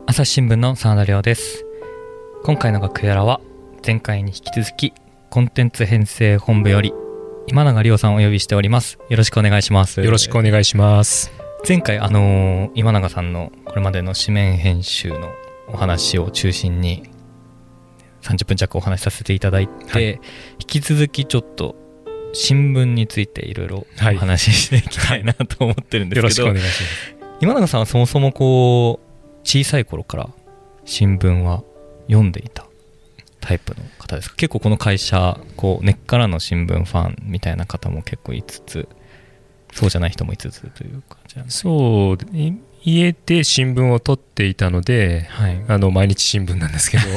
朝日新聞の真田亮です。今回の楽屋らは前回に引き続きコンテンツ編成本部より今永亮さんをお呼びしております。よろしくお願いします。 よろしくお願いします。 前回今永さんのこれまでの紙面編集のお話を中心に30分弱お話しさせていただいて、はい、引き続きちょっと新聞についていろいろお話ししていきたいなと思ってるんですけど、 よろしくお願いします。 今永さんはそもそもこう小さい頃から新聞は読んでいたタイプの方ですか？結構この会社こう根っからの新聞ファンみたいな方も結構いつつ、そうじゃない人もいつつという感じなんですか？ そう家で新聞を取っていたので、はい、毎日新聞なんですけど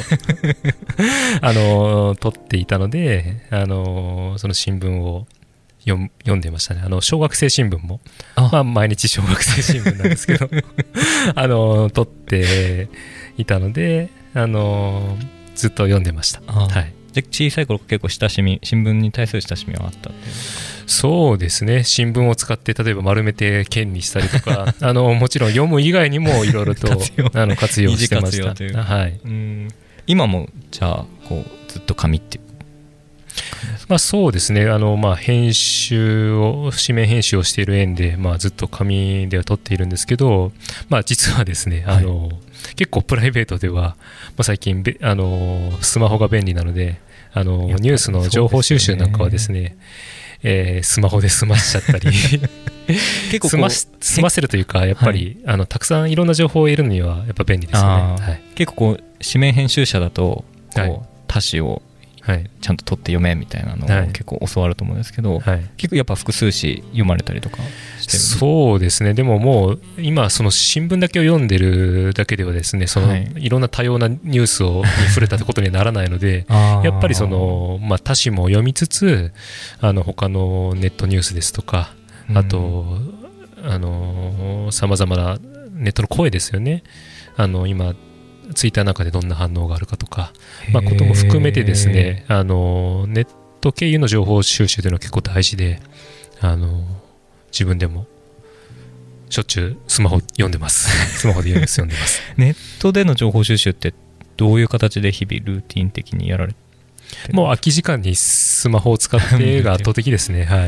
取っていたのでその新聞を読んでましたね。小学生新聞も毎日小学生新聞なんですけど取っていたのでずっと読んでました。はい、 で小さい頃結構親しみ、新聞に対する親しみはあったっていう？ そうですね。新聞を使って例えば丸めて剣にしたりとかもちろん読む以外にもいろいろと活用してました。はい、 今もじゃあこうずっと紙っていうそうですね。編集を紙面編集をしている縁で、ずっと紙では撮っているんですけど、実はですね、はい、結構プライベートでは、最近スマホが便利なのでニュースの情報収集なんかはですね、スマホで済ましちゃったり結構済ませるというか、やっぱり、はい、たくさんいろんな情報を得るにはやっぱ便利ですよね。はい、 結構こう紙面編集者だと他紙をちゃんと取って読めみたいなのを結構教わると思うんですけど、はい、結構やっぱ複数紙読まれたりとかしてる？ そうですね。でももう今その新聞だけを読んでるだけではですね、いろんな多様なニュースに触れたことにはならないのでやっぱり他紙も読みつつ他のネットニュースですとか、あとさまざまなネットの声ですよね。今ツイッターの中でどんな反応があるかとか、ことも含めてですね、ネット経由の情報収集というのは結構大事で、自分でもしょっちゅうスマホ読んでますスマホで読んでますネットでの情報収集ってどういう形で日々ルーティン的にやられて？ もう空き時間にスマホを使ってが圧倒的ですね。はい。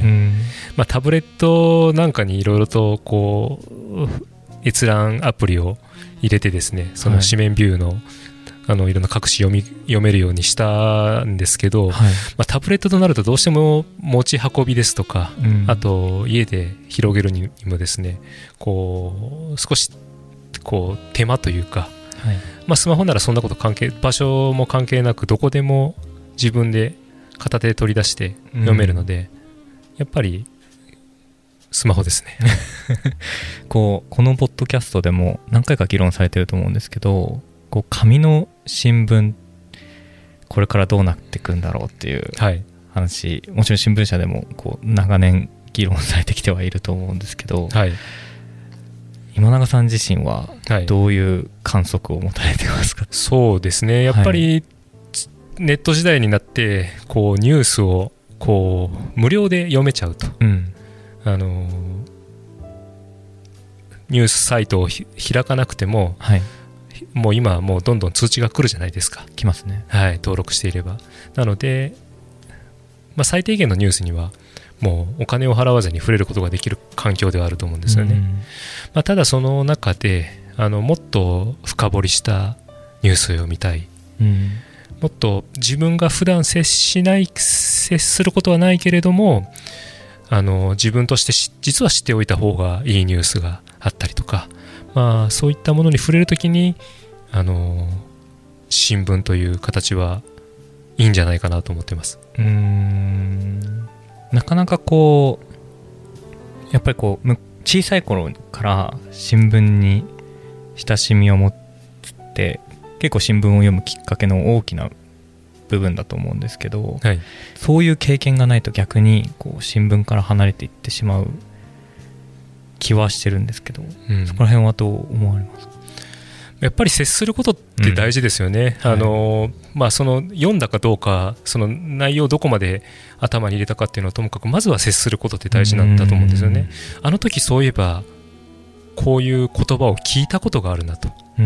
タブレットなんかにいろいろとこう閲覧アプリを入れてですね、その紙面ビューの、いろんな各種読めるようにしたんですけど、はい、タブレットとなるとどうしても持ち運びですとか、あと家で広げるにもですね、こう少しこう手間というか、はい、スマホならそんなこと場所も関係なくどこでも自分で片手で取り出して読めるので、やっぱりスマホですねこのポッドキャストでも何回か議論されてると思うんですけど、紙の新聞これからどうなっていくんだろうっていう話、はい、もちろん新聞社でも長年議論されてきてはいると思うんですけど、はい、今永さん自身はどういう観測を持たれてますか？はい、 そうですね。やっぱり、はい、ネット時代になってニュースを無料で読めちゃうと、ニュースサイトを開かなくても、はい、もう今はもうどんどん通知が来るじゃないですか。 来ますね。 はい、登録していれば。なので、最低限のニュースにはもうお金を払わずに触れることができる環境ではあると思うんですよね。ただその中でもっと深掘りしたニュースを読みたい、もっと自分が普段接することはないけれども自分として実は知っておいた方がいいニュースがあったりとか、そういったものに触れるときに新聞という形はいいんじゃないかなと思ってます。 なかなかやっぱり小さい頃から新聞に親しみを持って結構新聞を読むきっかけの大きな部分だと思うんですけど、はい、そういう経験がないと逆に新聞から離れていってしまう気はしてるんですけど、そこら辺はどう思われますか？ やっぱり接することって大事ですよね。その読んだかどうか、その内容をどこまで頭に入れたかっていうのはともかく、まずは接することって大事なんだと思うんですよね。あの時そういえばこういう言葉を聞いたことがあるなと、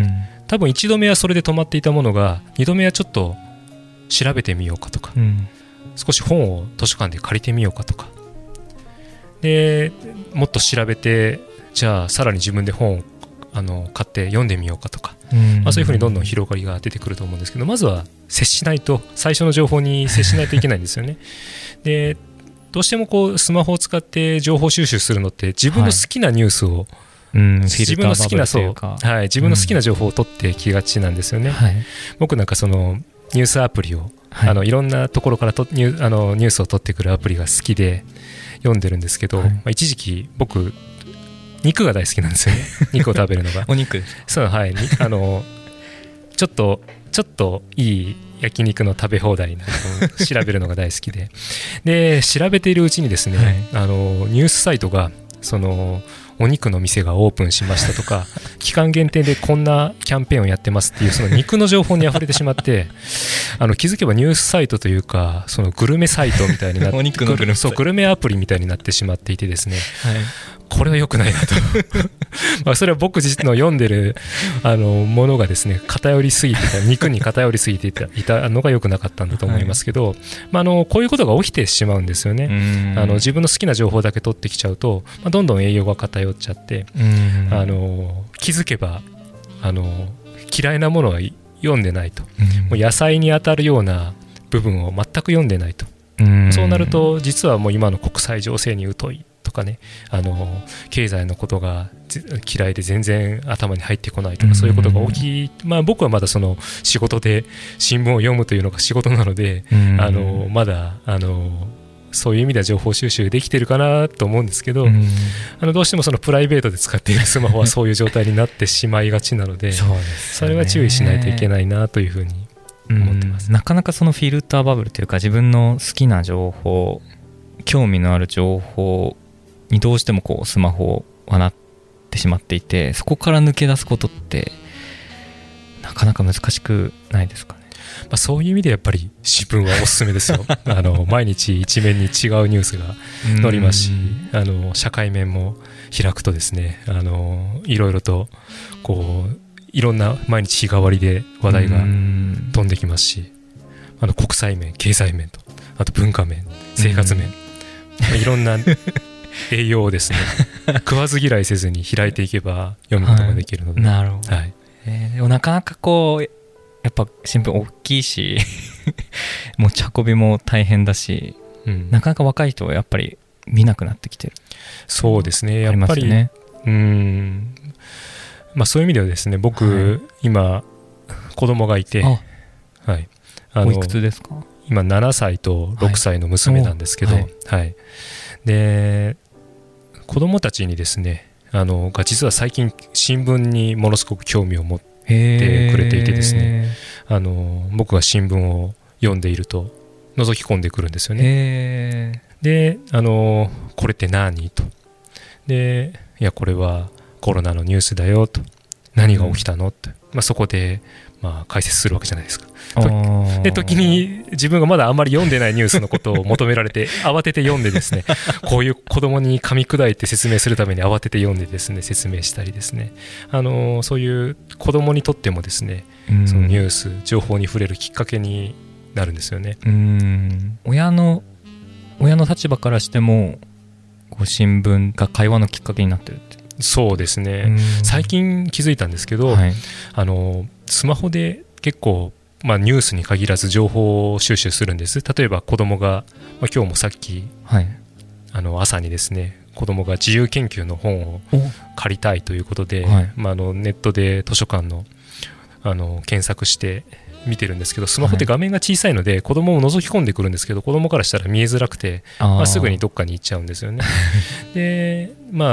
多分1度目はそれで止まっていたものが2度目はちょっと調べてみようかとか、少し本を図書館で借りてみようかとかで、もっと調べてじゃあさらに自分で本を買って読んでみようかとか、そういうふうにどんどん広がりが出てくると思うんですけど、まずは接しないと、最初の情報に接しないといけないんですよね。でどうしてもこうスマホを使って情報収集するのって自分の好きなニュースを、自分の好きな自分の好きな情報を取ってきがちなんですよね。僕なんかそのニュースアプリを、いろんなところからニュースを取ってくるアプリが好きで読んでるんですけど、一時期僕肉が大好きなんですよね。肉を食べるのがお肉そう、ちょっといい焼肉の食べ放題なのを調べるのが大好きでで調べているうちにですね、ニュースサイトがそのお肉の店がオープンしましたとか期間限定でこんなキャンペーンをやってますっていうその肉の情報にあふれてしまって気づけばニュースサイトというかそのグルメサイトみたいになってお肉のグルメアプリみたいになってしまっていてですね、これは良くないなとそれは僕自身の読んでるものがですね偏りすぎていた肉に偏りすぎていたのが良くなかったんだと思いますけど、こういうことが起きてしまうんですよね。自分の好きな情報だけ取ってきちゃうと、どんどん栄養が偏っちゃって、気づけば嫌いなものは読んでないと、もう野菜に当たるような部分を全く読んでないと、そうなると実はもう今の国際情勢に疎いとかね、経済のことが嫌いで全然頭に入ってこないとか、そういうことが起き、僕はまだその仕事で新聞を読むというのが仕事なので、まだそういう意味では情報収集できてるかなと思うんですけど、どうしてもそのプライベートで使っているスマホはそういう状態になってしまいがちなのでそれは注意しないといけないなというふうに思ってます。 なかなかそのフィルターバブルというか自分の好きな情報、興味のある情報にどうしてもこうスマホはなってしまっていて、そこから抜け出すことってなかなか難しくないですかね。 そういう意味でやっぱり新聞はおすすめですよ。毎日一面に違うニュースが載りますし、社会面も開くとですね、いろいろとこういろんな毎日日替わりで話題が飛んできますし、国際面、経済面と、あと文化面、生活面、いろんな栄養をですね食わず嫌いせずに開いていけば読むことができるので、 なるほど、でもなかなかこうやっぱ新聞大きいし持ち運びも大変だし、なかなか若い人はやっぱり見なくなってきてる。 そうですね、やっぱり、そういう意味ではですね、僕、今子供がいて、 おいくつですか？ 今7歳と6歳の娘なんですけど、で子供たちにですねが実は最近新聞にものすごく興味を持ってくれていてですね、僕が新聞を読んでいると覗き込んでくるんですよね。でこれって何と、でいやこれはコロナのニュースだよと、何が起きたのって、そこで解説するわけじゃないですか。で時に自分がまだあんまり読んでないニュースのことを求められて慌てて読んでですね、こういう子供に噛み砕いて説明するために慌てて読んでですね説明したりですね、そういう子供にとってもですね、そのニュース情報に触れるきっかけになるんですよね。 親の立場からしてもこう新聞が会話のきっかけになってるって。 そうですね、最近気づいたんですけど、スマホで結構ニュースに限らず情報収集するんです。例えば子供が、今日もさっき、朝にですね子供が自由研究の本を借りたいということで、ネットで図書館の、検索して見てるんですけど、スマホって画面が小さいので子供も覗き込んでくるんですけど、子供からしたら見えづらくて、すぐにどっかに行っちゃうんですよね。で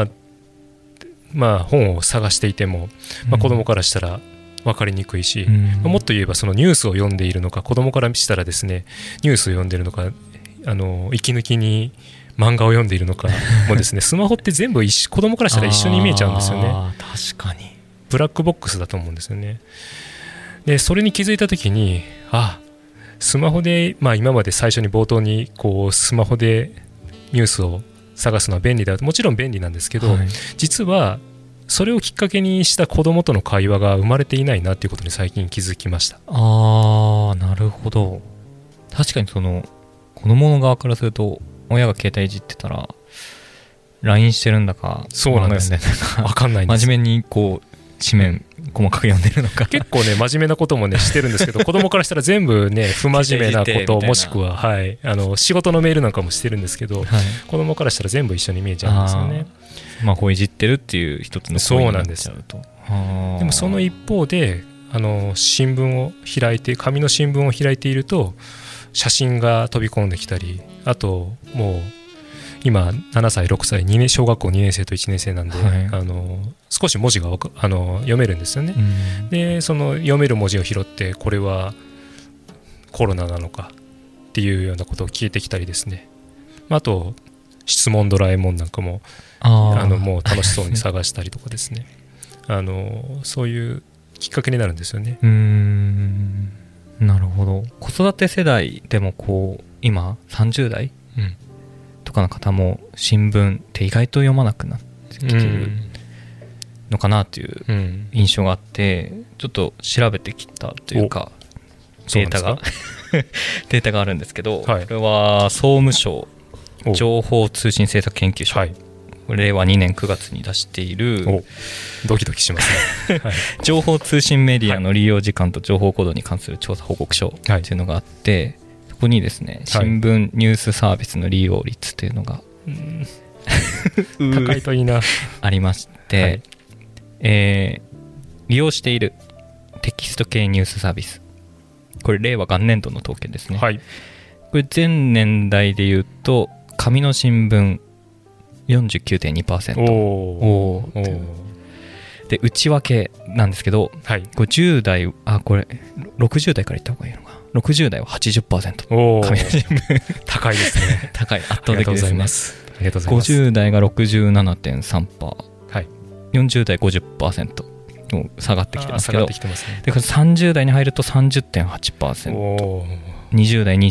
本を探していても、子供からしたら分かりにくいし、もっと言えばそのニュースを読んでいるのか、子供からしたらですねニュースを読んでいるのか、息抜きに漫画を読んでいるのかもですねスマホって全部子供からしたら一緒に見えちゃうんですよね。 確かにブラックボックスだと思うんですよね。でそれに気づいた時に、スマホで、今まで最初に冒頭にこうスマホでニュースを探すのは便利だと、もちろん便利なんですけど、実はそれをきっかけにした子供との会話が生まれていないなっていうことに最近気づきました。 なるほど。確かにその子供の側からすると、親が携帯いじってたら LINE してるんだか、 そうなんです、分かんないんです。 真面目にこう紙面細かく読んでるのか結構ね真面目なこともねしてるんですけど子供からしたら全部ね不真面目なこともしくは、はい、仕事のメールなんかもしてるんですけど、はい、子供からしたら全部一緒に見えちゃうんですよね。 こういじってるっていう一つの行為になっちゃうと。 でもその一方で新聞を開いて紙の新聞を開いていると写真が飛び込んできたり、あともう今7歳6歳小学校2年生と1年生なんで、はい、少し文字が読めるんですよね、でその読める文字を拾ってこれはコロナなのかっていうようなことを聞いてきたりですね、あと質問ドラえもんなんかももう楽しそうに探したりとかですねそういうきっかけになるんですよね。 なるほど。子育て世代でもこう今30代、とかの方も新聞って意外と読まなくなってきてるのかなという印象があって、ちょっと調べてきたというかデータがあるんですけど、はい、これは総務省情報通信政策研究所、はい、令和2年9月に出しているドキドキしますね、はい、 情報通信メディアの利用時間と情報行動に関する調査報告書というのがあって、そこにですね、新聞ニュースサービスの利用率というのが、 高いといいなありまして、はい、利用しているテキスト系ニュースサービス、これ令和元年度の統計ですね、はい、これ全年代でいうと紙の新聞 49.2%、 で内訳なんですけど、はい、50代これ60代からいった方がいいのか、60代は 80%、 紙の新聞高いですね高い、圧倒的ですね。 ありがとうございます。ありがとうございます。 50代が 67.3%、はい、40代 50% 下がってきてますけど、で30代に入ると 30.8%、 20代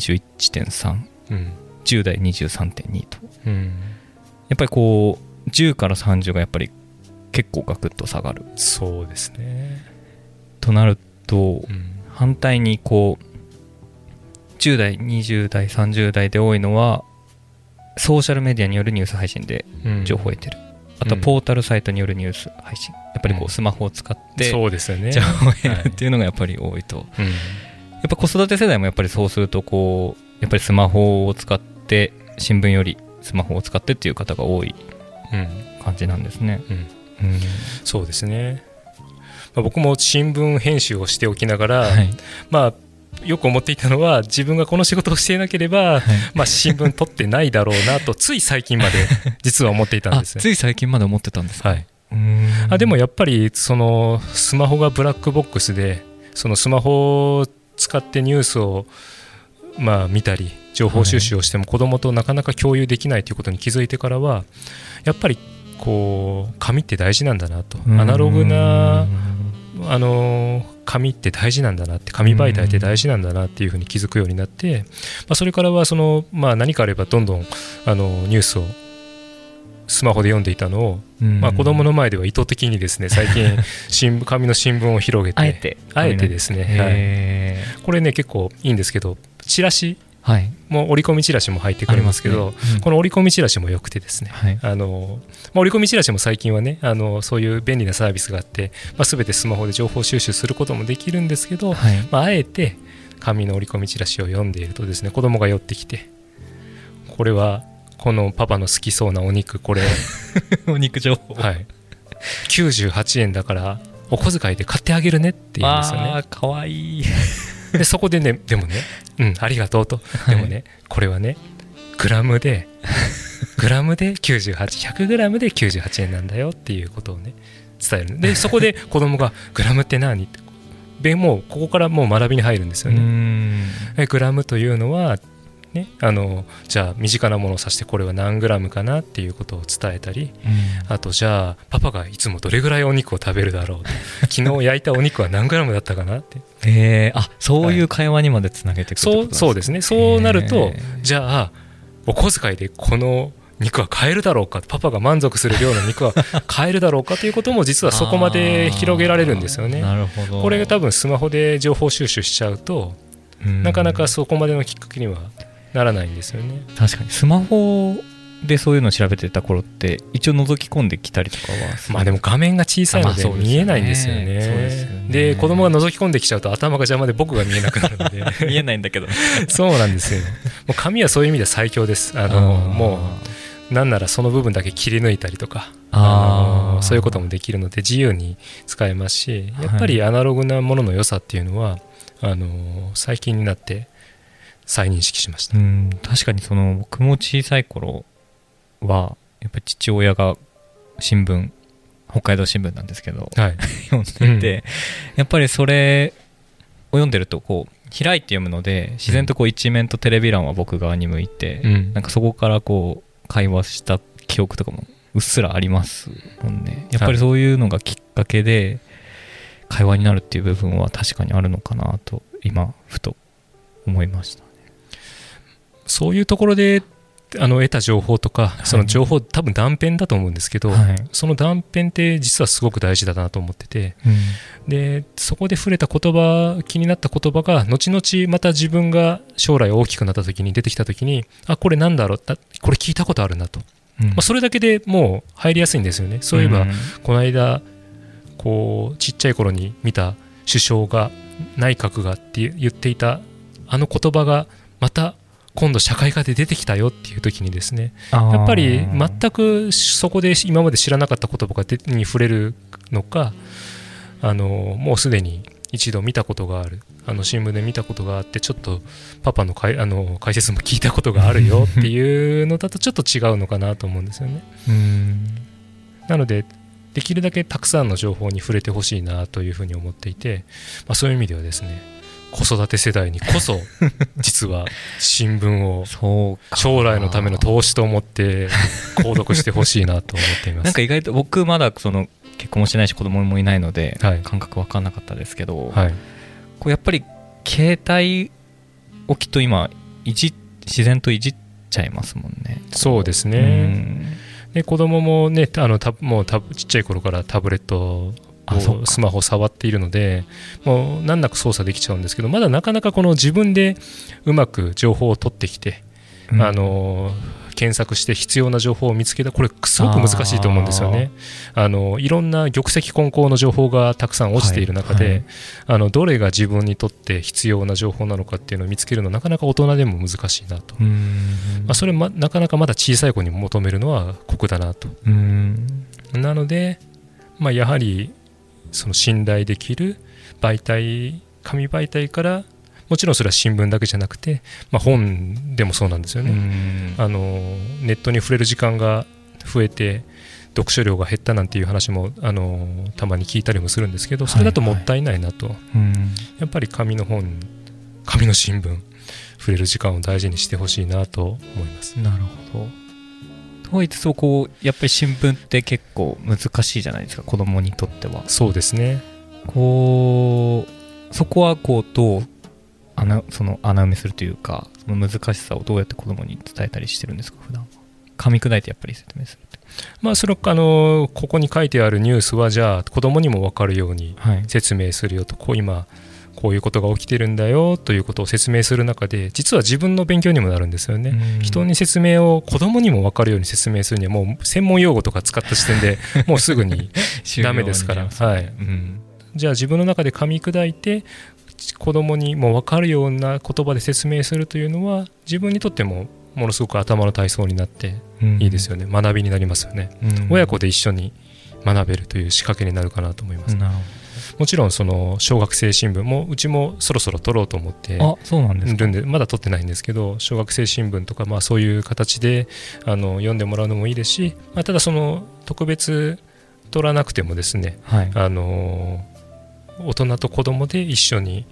21.3%、10代 23.2% と、やっぱりこう10から30がやっぱり結構ガクッと下がる。 そうですね。 となると、反対にこう10代20代30代で多いのはソーシャルメディアによるニュース配信で情報を得てる、あとはポータルサイトによるニュース配信、やっぱりこうスマホを使って情報を得るっていうのがやっぱり多いと、やっぱ子育て世代もやっぱりそうするとこうやっぱりスマホを使って新聞よりスマホを使ってっていう方が多い感じなんですね。 そうですね。僕も新聞編集をしておきながら、はい、よく思っていたのは自分がこの仕事をしていなければ、新聞取ってないだろうなとつい最近まで実は思っていたんですね。 つい最近まで思ってたんですか。はい、 でもやっぱりそのスマホがブラックボックスで、そのスマホを使ってニュースを見たり情報収集をしても子供となかなか共有できないということに気づいてからは、やっぱりこう紙って大事なんだなと、アナログな紙って大事なんだなって、紙媒体って大事なんだなっていうふうに気づくようになって、それからは何かあればどんどんニュースをスマホで読んでいたのを、子供の前では意図的にですね、最近紙の新聞を広げてあえてですね、これね結構いいんですけど、チラシもう折り込みチラシも入ってくるんですけど、この折り込みチラシも良くてですね、折り込みチラシも最近はねそういう便利なサービスがあって、全てスマホで情報収集することもできるんですけど、あえて紙の折り込みチラシを読んでいるとですね、子供が寄ってきて、これはこのパパの好きそうなお肉、これお肉情報、 98円だからお小遣いで買ってあげるねって言うんですよね。 かわいい。 でそこでね、でもね、ありがとうと、でもね、これはねグラムで98、100グラムで98円なんだよっていうことをね伝える。でそこで子供がグラムって何って、もうここからもう学びに入るんですよね。グラムというのはね、じゃあ身近なものを指してこれは何グラムかなっていうことを伝えたり、あとじゃあパパがいつもどれぐらいお肉を食べるだろう昨日焼いたお肉は何グラムだったかなって、 そういう会話にまでつなげていくってことですか。 そうですね。そうなると、じゃあお小遣いでこの肉は買えるだろうか、パパが満足する量の肉は買えるだろうかということも実はそこまで広げられるんですよね。 なるほど。 これが多分スマホで情報収集しちゃうとなかなかそこまでのきっかけにはならないんですよね。 確かにスマホでそういうのを調べてた頃って一応覗き込んできたりとかは、 まあでも画面が小さいので見えないんですよね。で子供が覗き込んできちゃうと頭が邪魔で僕が見えなくなるので見えないんだけどそうなんですよ。もう紙はそういう意味では最強です。もうなんならその部分だけ切り抜いたりとかそういうこともできるので自由に使えますし、やっぱりアナログなものの良さっていうのは最近になって再認識しました。 確かに僕も小さい頃はやっぱり父親が新聞、北海道新聞なんですけど、はい、読んでて、やっぱりそれを読んでるとこう開いて読むので自然とこう一面とテレビ欄は僕側に向いて、なんかそこからこう会話した記憶とかもうっすらありますもんね。やっぱりそういうのがきっかけで会話になるっていう部分は確かにあるのかなと今ふと思いましたね。 そういうところで得た情報とか、その情報多分断片だと思うんですけど、その断片って実はすごく大事だなと思ってて、でそこで触れた言葉、気になった言葉が後々また自分が将来大きくなった時に出てきた時に、あ、これなんだろう、これ聞いたことあるなと、それだけでもう入りやすいんですよね。そういえばこの間こうちっちゃい頃に見た首相が内閣がって言っていたあの言葉がまた今度社会科で出てきたよっていう時にですね、やっぱり全くそこで今まで知らなかった言葉がに触れるのか、もうすでに一度見たことがある、新聞で見たことがあって、ちょっとパパの解説も聞いたことがあるよっていうのだとちょっと違うのかなと思うんですよね。なのでできるだけたくさんの情報に触れてほしいなというふうに思っていて、そういう意味ではですね、子育て世代にこそ実は新聞を将来のための投資と思って購読してほしいなと思っています。 なんか意外と僕まだ結婚もしてないし子供もいないので、感覚分かんなかったですけど、こうやっぱり携帯をきっと今自然といじっちゃいますもんね。 そうですね。で子供もねもうちっちゃい頃からタブレットスマホを触っているので、もう難なく操作できちゃうんですけど、まだなかなかこの自分でうまく情報を取ってきて、検索して必要な情報を見つけた、これすごく難しいと思うんですよね。いろんな玉石混交の情報がたくさん落ちている中で、どれが自分にとって必要な情報なのかっていうのを見つけるのはなかなか大人でも難しいなと。それなかなかまだ小さい子に求めるのは酷だなと。なので、やはりその信頼できる媒体、紙媒体から、もちろんそれは新聞だけじゃなくて、本でもそうなんですよね。ネットに触れる時間が増えて読書量が減ったなんていう話もたまに聞いたりもするんですけど、それだともったいないなと、やっぱり紙の本、紙の新聞触れる時間を大事にしてほしいなと思います。 なるほど。とはいつつもやっぱり新聞って結構難しいじゃないですか、子供にとっては。 そうですね。 そこはどう穴埋めするというか、その難しさをどうやって子供に伝えたりしてるんですか、普段は。噛み砕いてやっぱり説明すると。 それここに書いてあるニュースはじゃあ子供にも分かるように説明するよと、今こういうことが起きてるんだよということを説明する中で、実は自分の勉強にもなるんですよね。人に説明を子供にも分かるように説明するにはもう専門用語とか使った時点でもうすぐにダメですから、じゃあ自分の中で噛み砕いて子供にも分かるような言葉で説明するというのは、自分にとってもものすごく頭の体操になっていいですよね。学びになりますよね。親子で一緒に学べるという仕掛けになるかなと思います。もちろんその小学生新聞もうちもそろそろ取ろうと思ってるんで、まだ取ってないんですけど、小学生新聞とかそういう形で読んでもらうのもいいですし、ただその特別取らなくてもですね、大人と子供で一緒に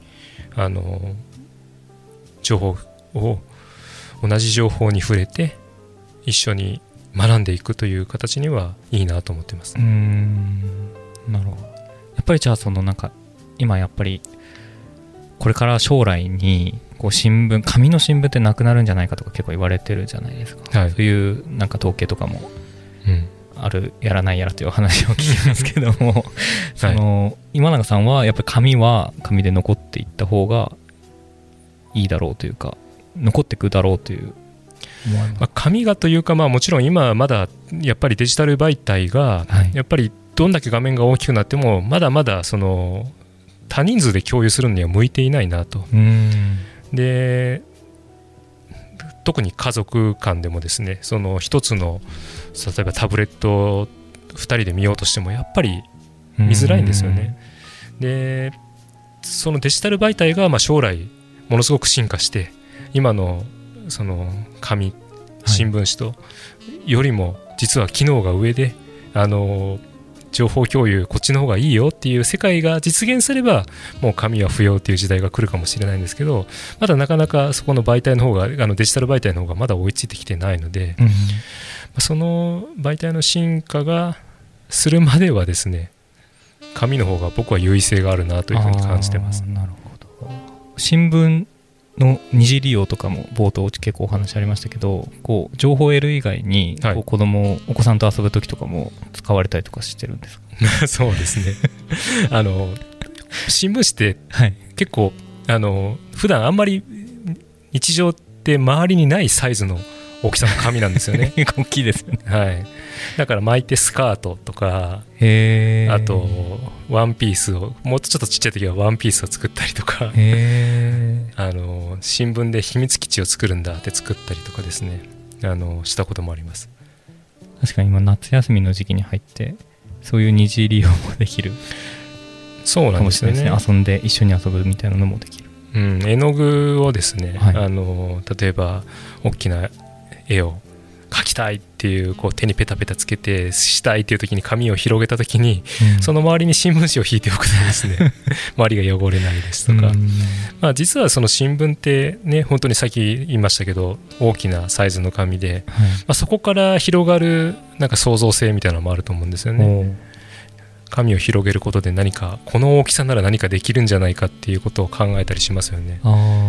情報を同じ情報に触れて一緒に学んでいくという形にはいいなと思っています。 なるほど。やっぱりじゃあ今やっぱりこれから将来にこう新聞、紙の新聞ってなくなるんじゃないかとか結構言われてるじゃないですか、そういうなんか統計とかもある、やらないやらという話を聞きますけども今永さんはやっぱり紙は紙で残っていった方がいいだろうというか、残っていくだろうという紙がというか、もちろん今まだやっぱりデジタル媒体がやっぱりどんだけ画面が大きくなってもまだまだその多人数で共有するのには向いていないなと。で特に家族間でもですね、その一つの例えばタブレットを2人で見ようとしてもやっぱり見づらいんですよね。でそのデジタル媒体が将来ものすごく進化して今のその紙新聞紙とよりも実は機能が上で情報共有こっちの方がいいよっていう世界が実現すればもう紙は不要っていう時代が来るかもしれないんですけど、まだなかなかそこの媒体の方がデジタル媒体の方がまだ追いついてきてないので、その媒体の進化がするまではですね、紙の方が僕は優位性があるなというふうに感じてます。 なるほど。新聞の二次利用とかも冒頭結構お話ありましたけど、こう情報を得る以外にこうお子さんと遊ぶ時とかも使われたりとかしてるんですか？ そうですね新聞紙って結構普段あんまり日常って周りにないサイズの大きさの紙なんですよね大きいですよね、 だから巻いてスカートとか、あとワンピースをもっとちょっとちっちゃい時はワンピースを作ったりとか新聞で秘密基地を作るんだって作ったりとかですね、したこともあります。 確かに今夏休みの時期に入ってそういう二次利用もできるそうなんですよね。 遊んで一緒に遊ぶみたいなのもできる、 絵の具をですね、例えば大きな絵を描きたいっていう手にペタペタつけてしたいっていう時に紙を広げた時に、その周りに新聞紙を引いておくとですね周りが汚れないですとか、実はその新聞ってね、本当にさっき言いましたけど大きなサイズの紙で、そこから広がるなんか創造性みたいなのもあると思うんですよね。紙を広げることで何かこの大きさなら何かできるんじゃないかっていうことを考えたりしますよね。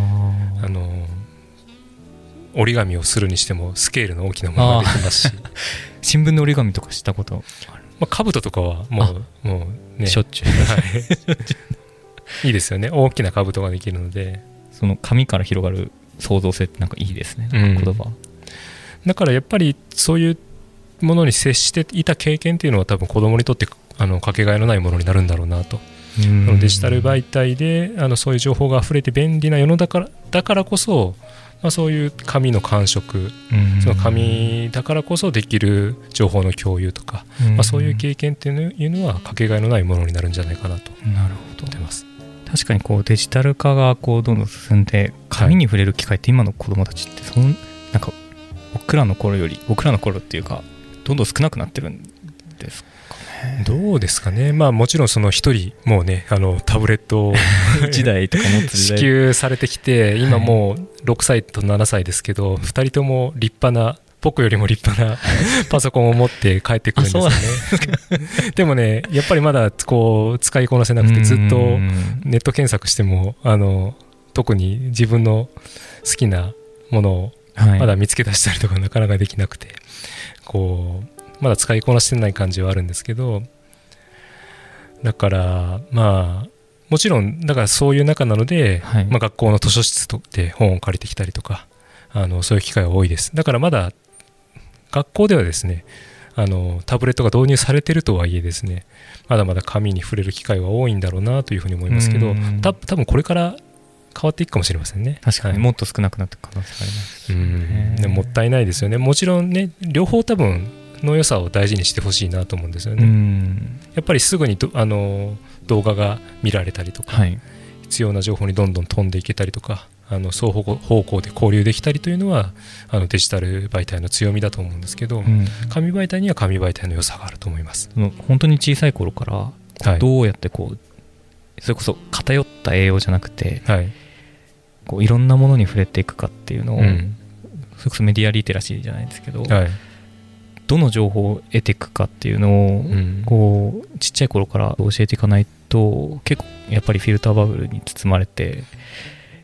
折り紙をするにしてもスケールの大きなものができますし新聞の折り紙とかしたことある？ 兜とかはもうね、 しょっちゅういいですよね。大きな兜ができるので、 その紙から広がる創造性ってなんかいいですね、言葉。 だからやっぱりそういうものに接していた経験っていうのは多分子供にとってかけがえのないものになるんだろうなと。そのデジタル媒体でそういう情報があふれて便利な世のだからこそ、そういう紙の感触、その紙だからこそできる情報の共有とか、そういう経験っていうのはかけがえのないものになるんじゃないかなと思ってます。 確かにデジタル化がどんどん進んで紙に触れる機会って今の子どもたちってなんか僕らの頃っていうかどんどん少なくなってるんですかね。 どうですかね。もちろんその一人もうねタブレットを 1台とか持って支給されてきて、今もう6歳と7歳ですけど、2人とも立派な、僕よりも立派なパソコンを持って帰ってくるんですよねでもね、やっぱりまだ使いこなせなくて、ずっとネット検索しても特に自分の好きなものをまだ見つけ出したりとかなかなかできなくて、まだ使いこなしてない感じはあるんですけど、だからもちろんだからそういう中なので、学校の図書室で本を借りてきたりとかそういう機会は多いです。だからまだ学校ではですねタブレットが導入されているとはいえですね、まだまだ紙に触れる機会は多いんだろうなというふうに思いますけど、多分これから変わっていくかもしれませんね。 確かにもっと少なくなっていく可能性があります。 でもったいないですよね。もちろんね、両方多分の良さを大事にしてほしいなと思うんですよね。やっぱりすぐに動画が見られたりとか、必要な情報にどんどん飛んでいけたりとか、双方向で交流できたりというのはデジタル媒体の強みだと思うんですけど、紙媒体には紙媒体の良さがあると思います。 本当に小さい頃からどうやってそれこそ偏った栄養じゃなくて、いろんなものに触れていくかっていうのを、それこそメディアリテラシーじゃないですけど、どの情報を得ていくかっていうのを、ちっちゃい頃から教えていかないと、結構やっぱりフィルターバブルに包まれていって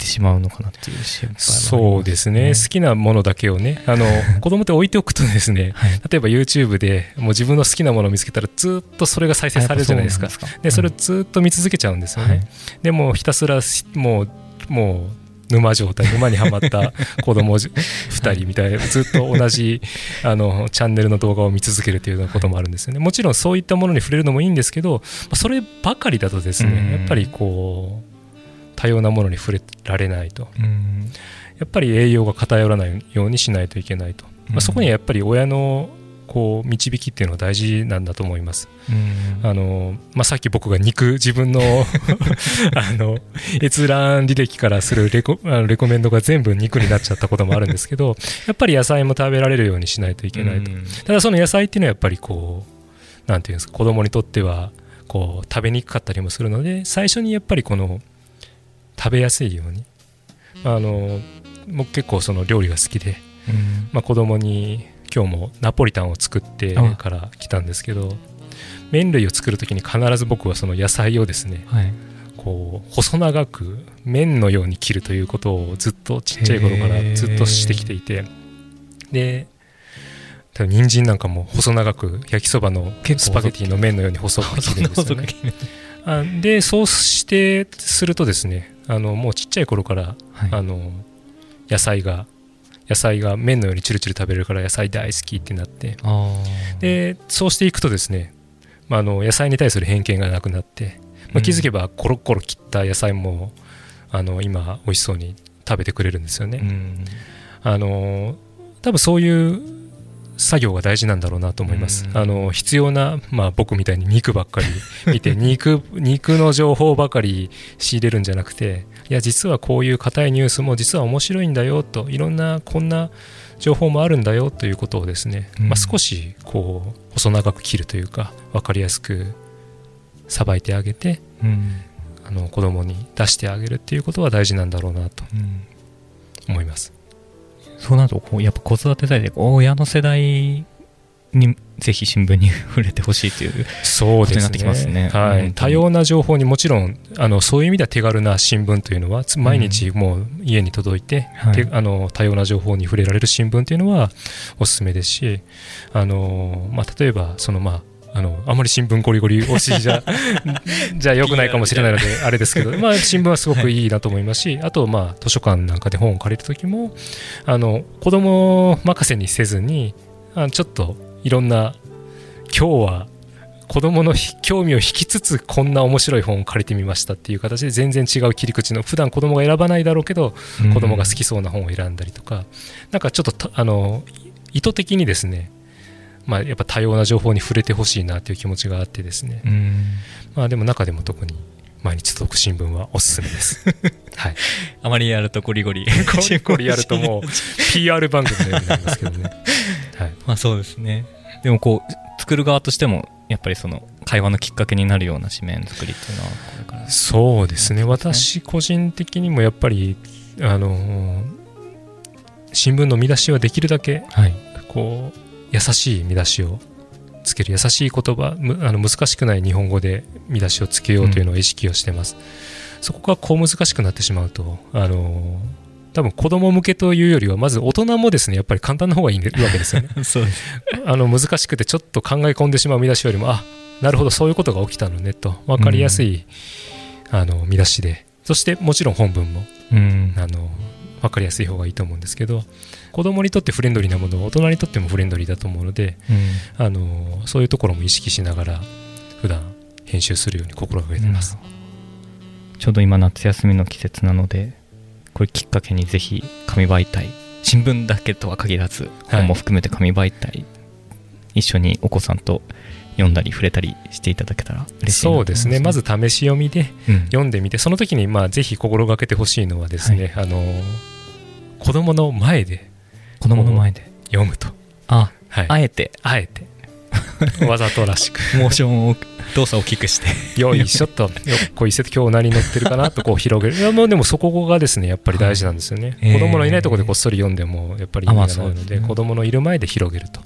てしまうのかなっていう心配もありますね。 そうですね、好きなものだけをね子供って置いておくとですね、はい、例えば YouTube でもう自分の好きなものを見つけたらずっとそれが再生されるじゃないですか。でそれをずっと見続けちゃうんですよね、はい、でもひたすらもう沼状態、沼にはまった子供2人みたいな、ずっと同じチャンネルの動画を見続けるというようなこともあるんですよね。もちろんそういったものに触れるのもいいんですけど、そればかりだとですね、やっぱりこう多様なものに触れられないと、やっぱり栄養が偏らないようにしないといけないと、そこにはやっぱり親のこう導きっていうのは大事なんだと思います。さっき僕が自分の閲覧履歴からするレコメンドが全部肉になっちゃったこともあるんですけど、やっぱり野菜も食べられるようにしないといけないと。ただその野菜っていうのはやっぱりこうなんていうんですか、子供にとってはこう食べにくかったりもするので、最初にやっぱりこの食べやすいように、僕結構その料理が好きで、子供に今日もナポリタンを作ってから来たんですけど、麺類を作るときに必ず僕はその野菜をですね、はい、こう細長く麺のように切るということをずっとちっちゃい頃からずっとしてきていて、で人参なんかも細長く焼きそばのスパゲティの麺のように細く切るんですよね。でそうしてするとですね、もうちっちゃい頃から、はい、野菜が麺のようにチュルチュル食べれるから野菜大好きってなって、でそうしていくとですね、野菜に対する偏見がなくなって、気づけばコロコロ切った野菜も今美味しそうに食べてくれるんですよね。多分そういう作業が大事なんだろうなと思います。必要な、僕みたいに肉ばっかり見て肉の情報ばかり仕入れるんじゃなくて、いや実はこういう硬いニュースも実は面白いんだよと、いろんなこんな情報もあるんだよということをですね、少しこう細長く切るというか分かりやすくさばいてあげて、子供に出してあげるっていうことは大事なんだろうなと思います。 そうなるとやっぱ子育て世代で親の世代にぜひ新聞に触れてほしいということになってきますね。 はい、多様な情報にもちろんそういう意味では手軽な新聞というのは毎日もう家に届いて、多様な情報に触れられる新聞というのはおすすめですし、例えばあまり新聞ゴリゴリ推しじゃ良くないかもしれないのであれですけど、新聞はすごくいいなと思いますし、あと図書館なんかで本を借りるときも子供任せにせずにちょっといろんな今日は子供の興味を引きつつこんな面白い本を借りてみましたっていう形で全然違う切り口の普段子供が選ばないだろうけど子供が好きそうな本を選んだりとか、なんかちょっと意図的にですね、やっぱ多様な情報に触れてほしいなという気持ちがあってですね、でも中でも特に毎日届く新聞はおすすめです、はい、 あまりやるとゴリゴリやるともう PR 番組のようになりますけどね、 はい、そうですね。でも作る側としてもやっぱりその会話のきっかけになるような紙面作りっていうのはこれからそうですね。私個人的にもやっぱり新聞の見出しはできるだけ優しい見出しをつける、優しい言葉、難しくない日本語で見出しをつけようというのを意識をしてます。そこが難しくなってしまうと多分子供向けというよりはまず大人もですねやっぱり簡単な方がいいわけですよねそうです難しくてちょっと考え込んでしまう見出しよりもなるほどそういうことが起きたのねと分かりやすい、見出しで、そしてもちろん本文も、分かりやすい方がいいと思うんですけど、子供にとってフレンドリーなものは大人にとってもフレンドリーだと思うので、そういうところも意識しながら普段編集するように心がけています。 ちょうど今夏休みの季節なのでこれきっかけにぜひ紙媒体、新聞だけとは限らず本も含めて紙媒体、一緒にお子さんと読んだり触れたりしていただけたら嬉しいなと思います。そうですね。 まず試し読みで読んでみて、その時にぜひ心がけてほしいのはですね、子供の前で読むと、 あえてわざとらしくモーションを動作を大きくしてよいしょっと今日何載ってるかなと広げる。でもそこがですねやっぱり大事なんですよね。子供のいないところでこっそり読んでもやっぱり意味がないので、子供のいる前で広げると。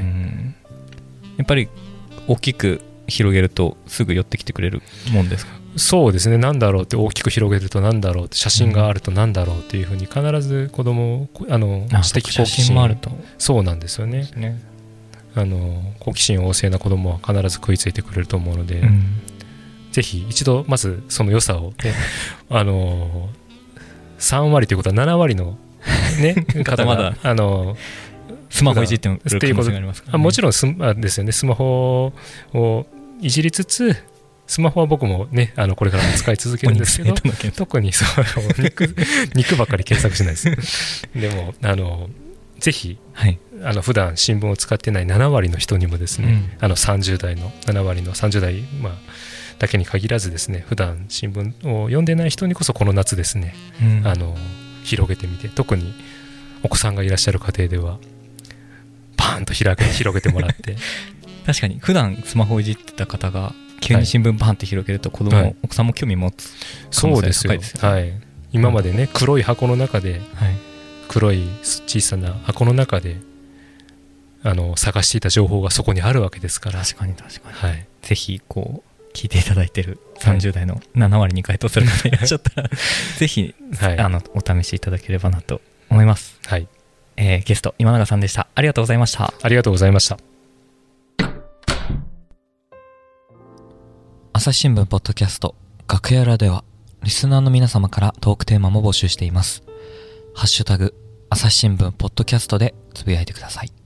やっぱり大きく広げるとすぐ寄ってきてくれるもんですか？ そうですね、なんだろうって大きく広げるとなんだろうって、写真があるとなんだろうっていうふうに必ず子供知的好奇心もあると、そうなんですよね。好奇心旺盛な子供は必ず食いついてくれると思うので、ぜひ一度まずその良さを、ね、3割ということは7割の、ね、方がスマホいじっても可能性がありますからね。 もちろんですよね、スマホをいじりつつ、スマホは僕もねこれからも使い続けるんですけど特にそう肉ばっかり検索しないですでもぜひ、はい、普段新聞を使ってない7割の人にもですね、30代の7割の30代、だけに限らずですね、普段新聞を読んでない人にこそこの夏ですね、広げてみて、特にお子さんがいらっしゃる家庭ではパーンと広げてもらって確かに普段スマホをいじってた方が急に新聞バンって広げると子供、はい、奥さんも興味持つ可能性が高いですよね。 はい、今までね、黒い箱の中で、黒い小さな箱の中で探していた情報がそこにあるわけですから。 確かに、はい、ぜひこう聞いていただいてる30代の7割に該当する方いらっしゃったらぜひ、お試しいただければなと思います。はい、ゲスト今永さんでした。ありがとうございました。 ありがとうございました。 朝日新聞ポッドキャスト楽屋裏ではリスナーの皆様からトークテーマも募集しています。ハッシュタグ朝日新聞ポッドキャストでつぶやいてください。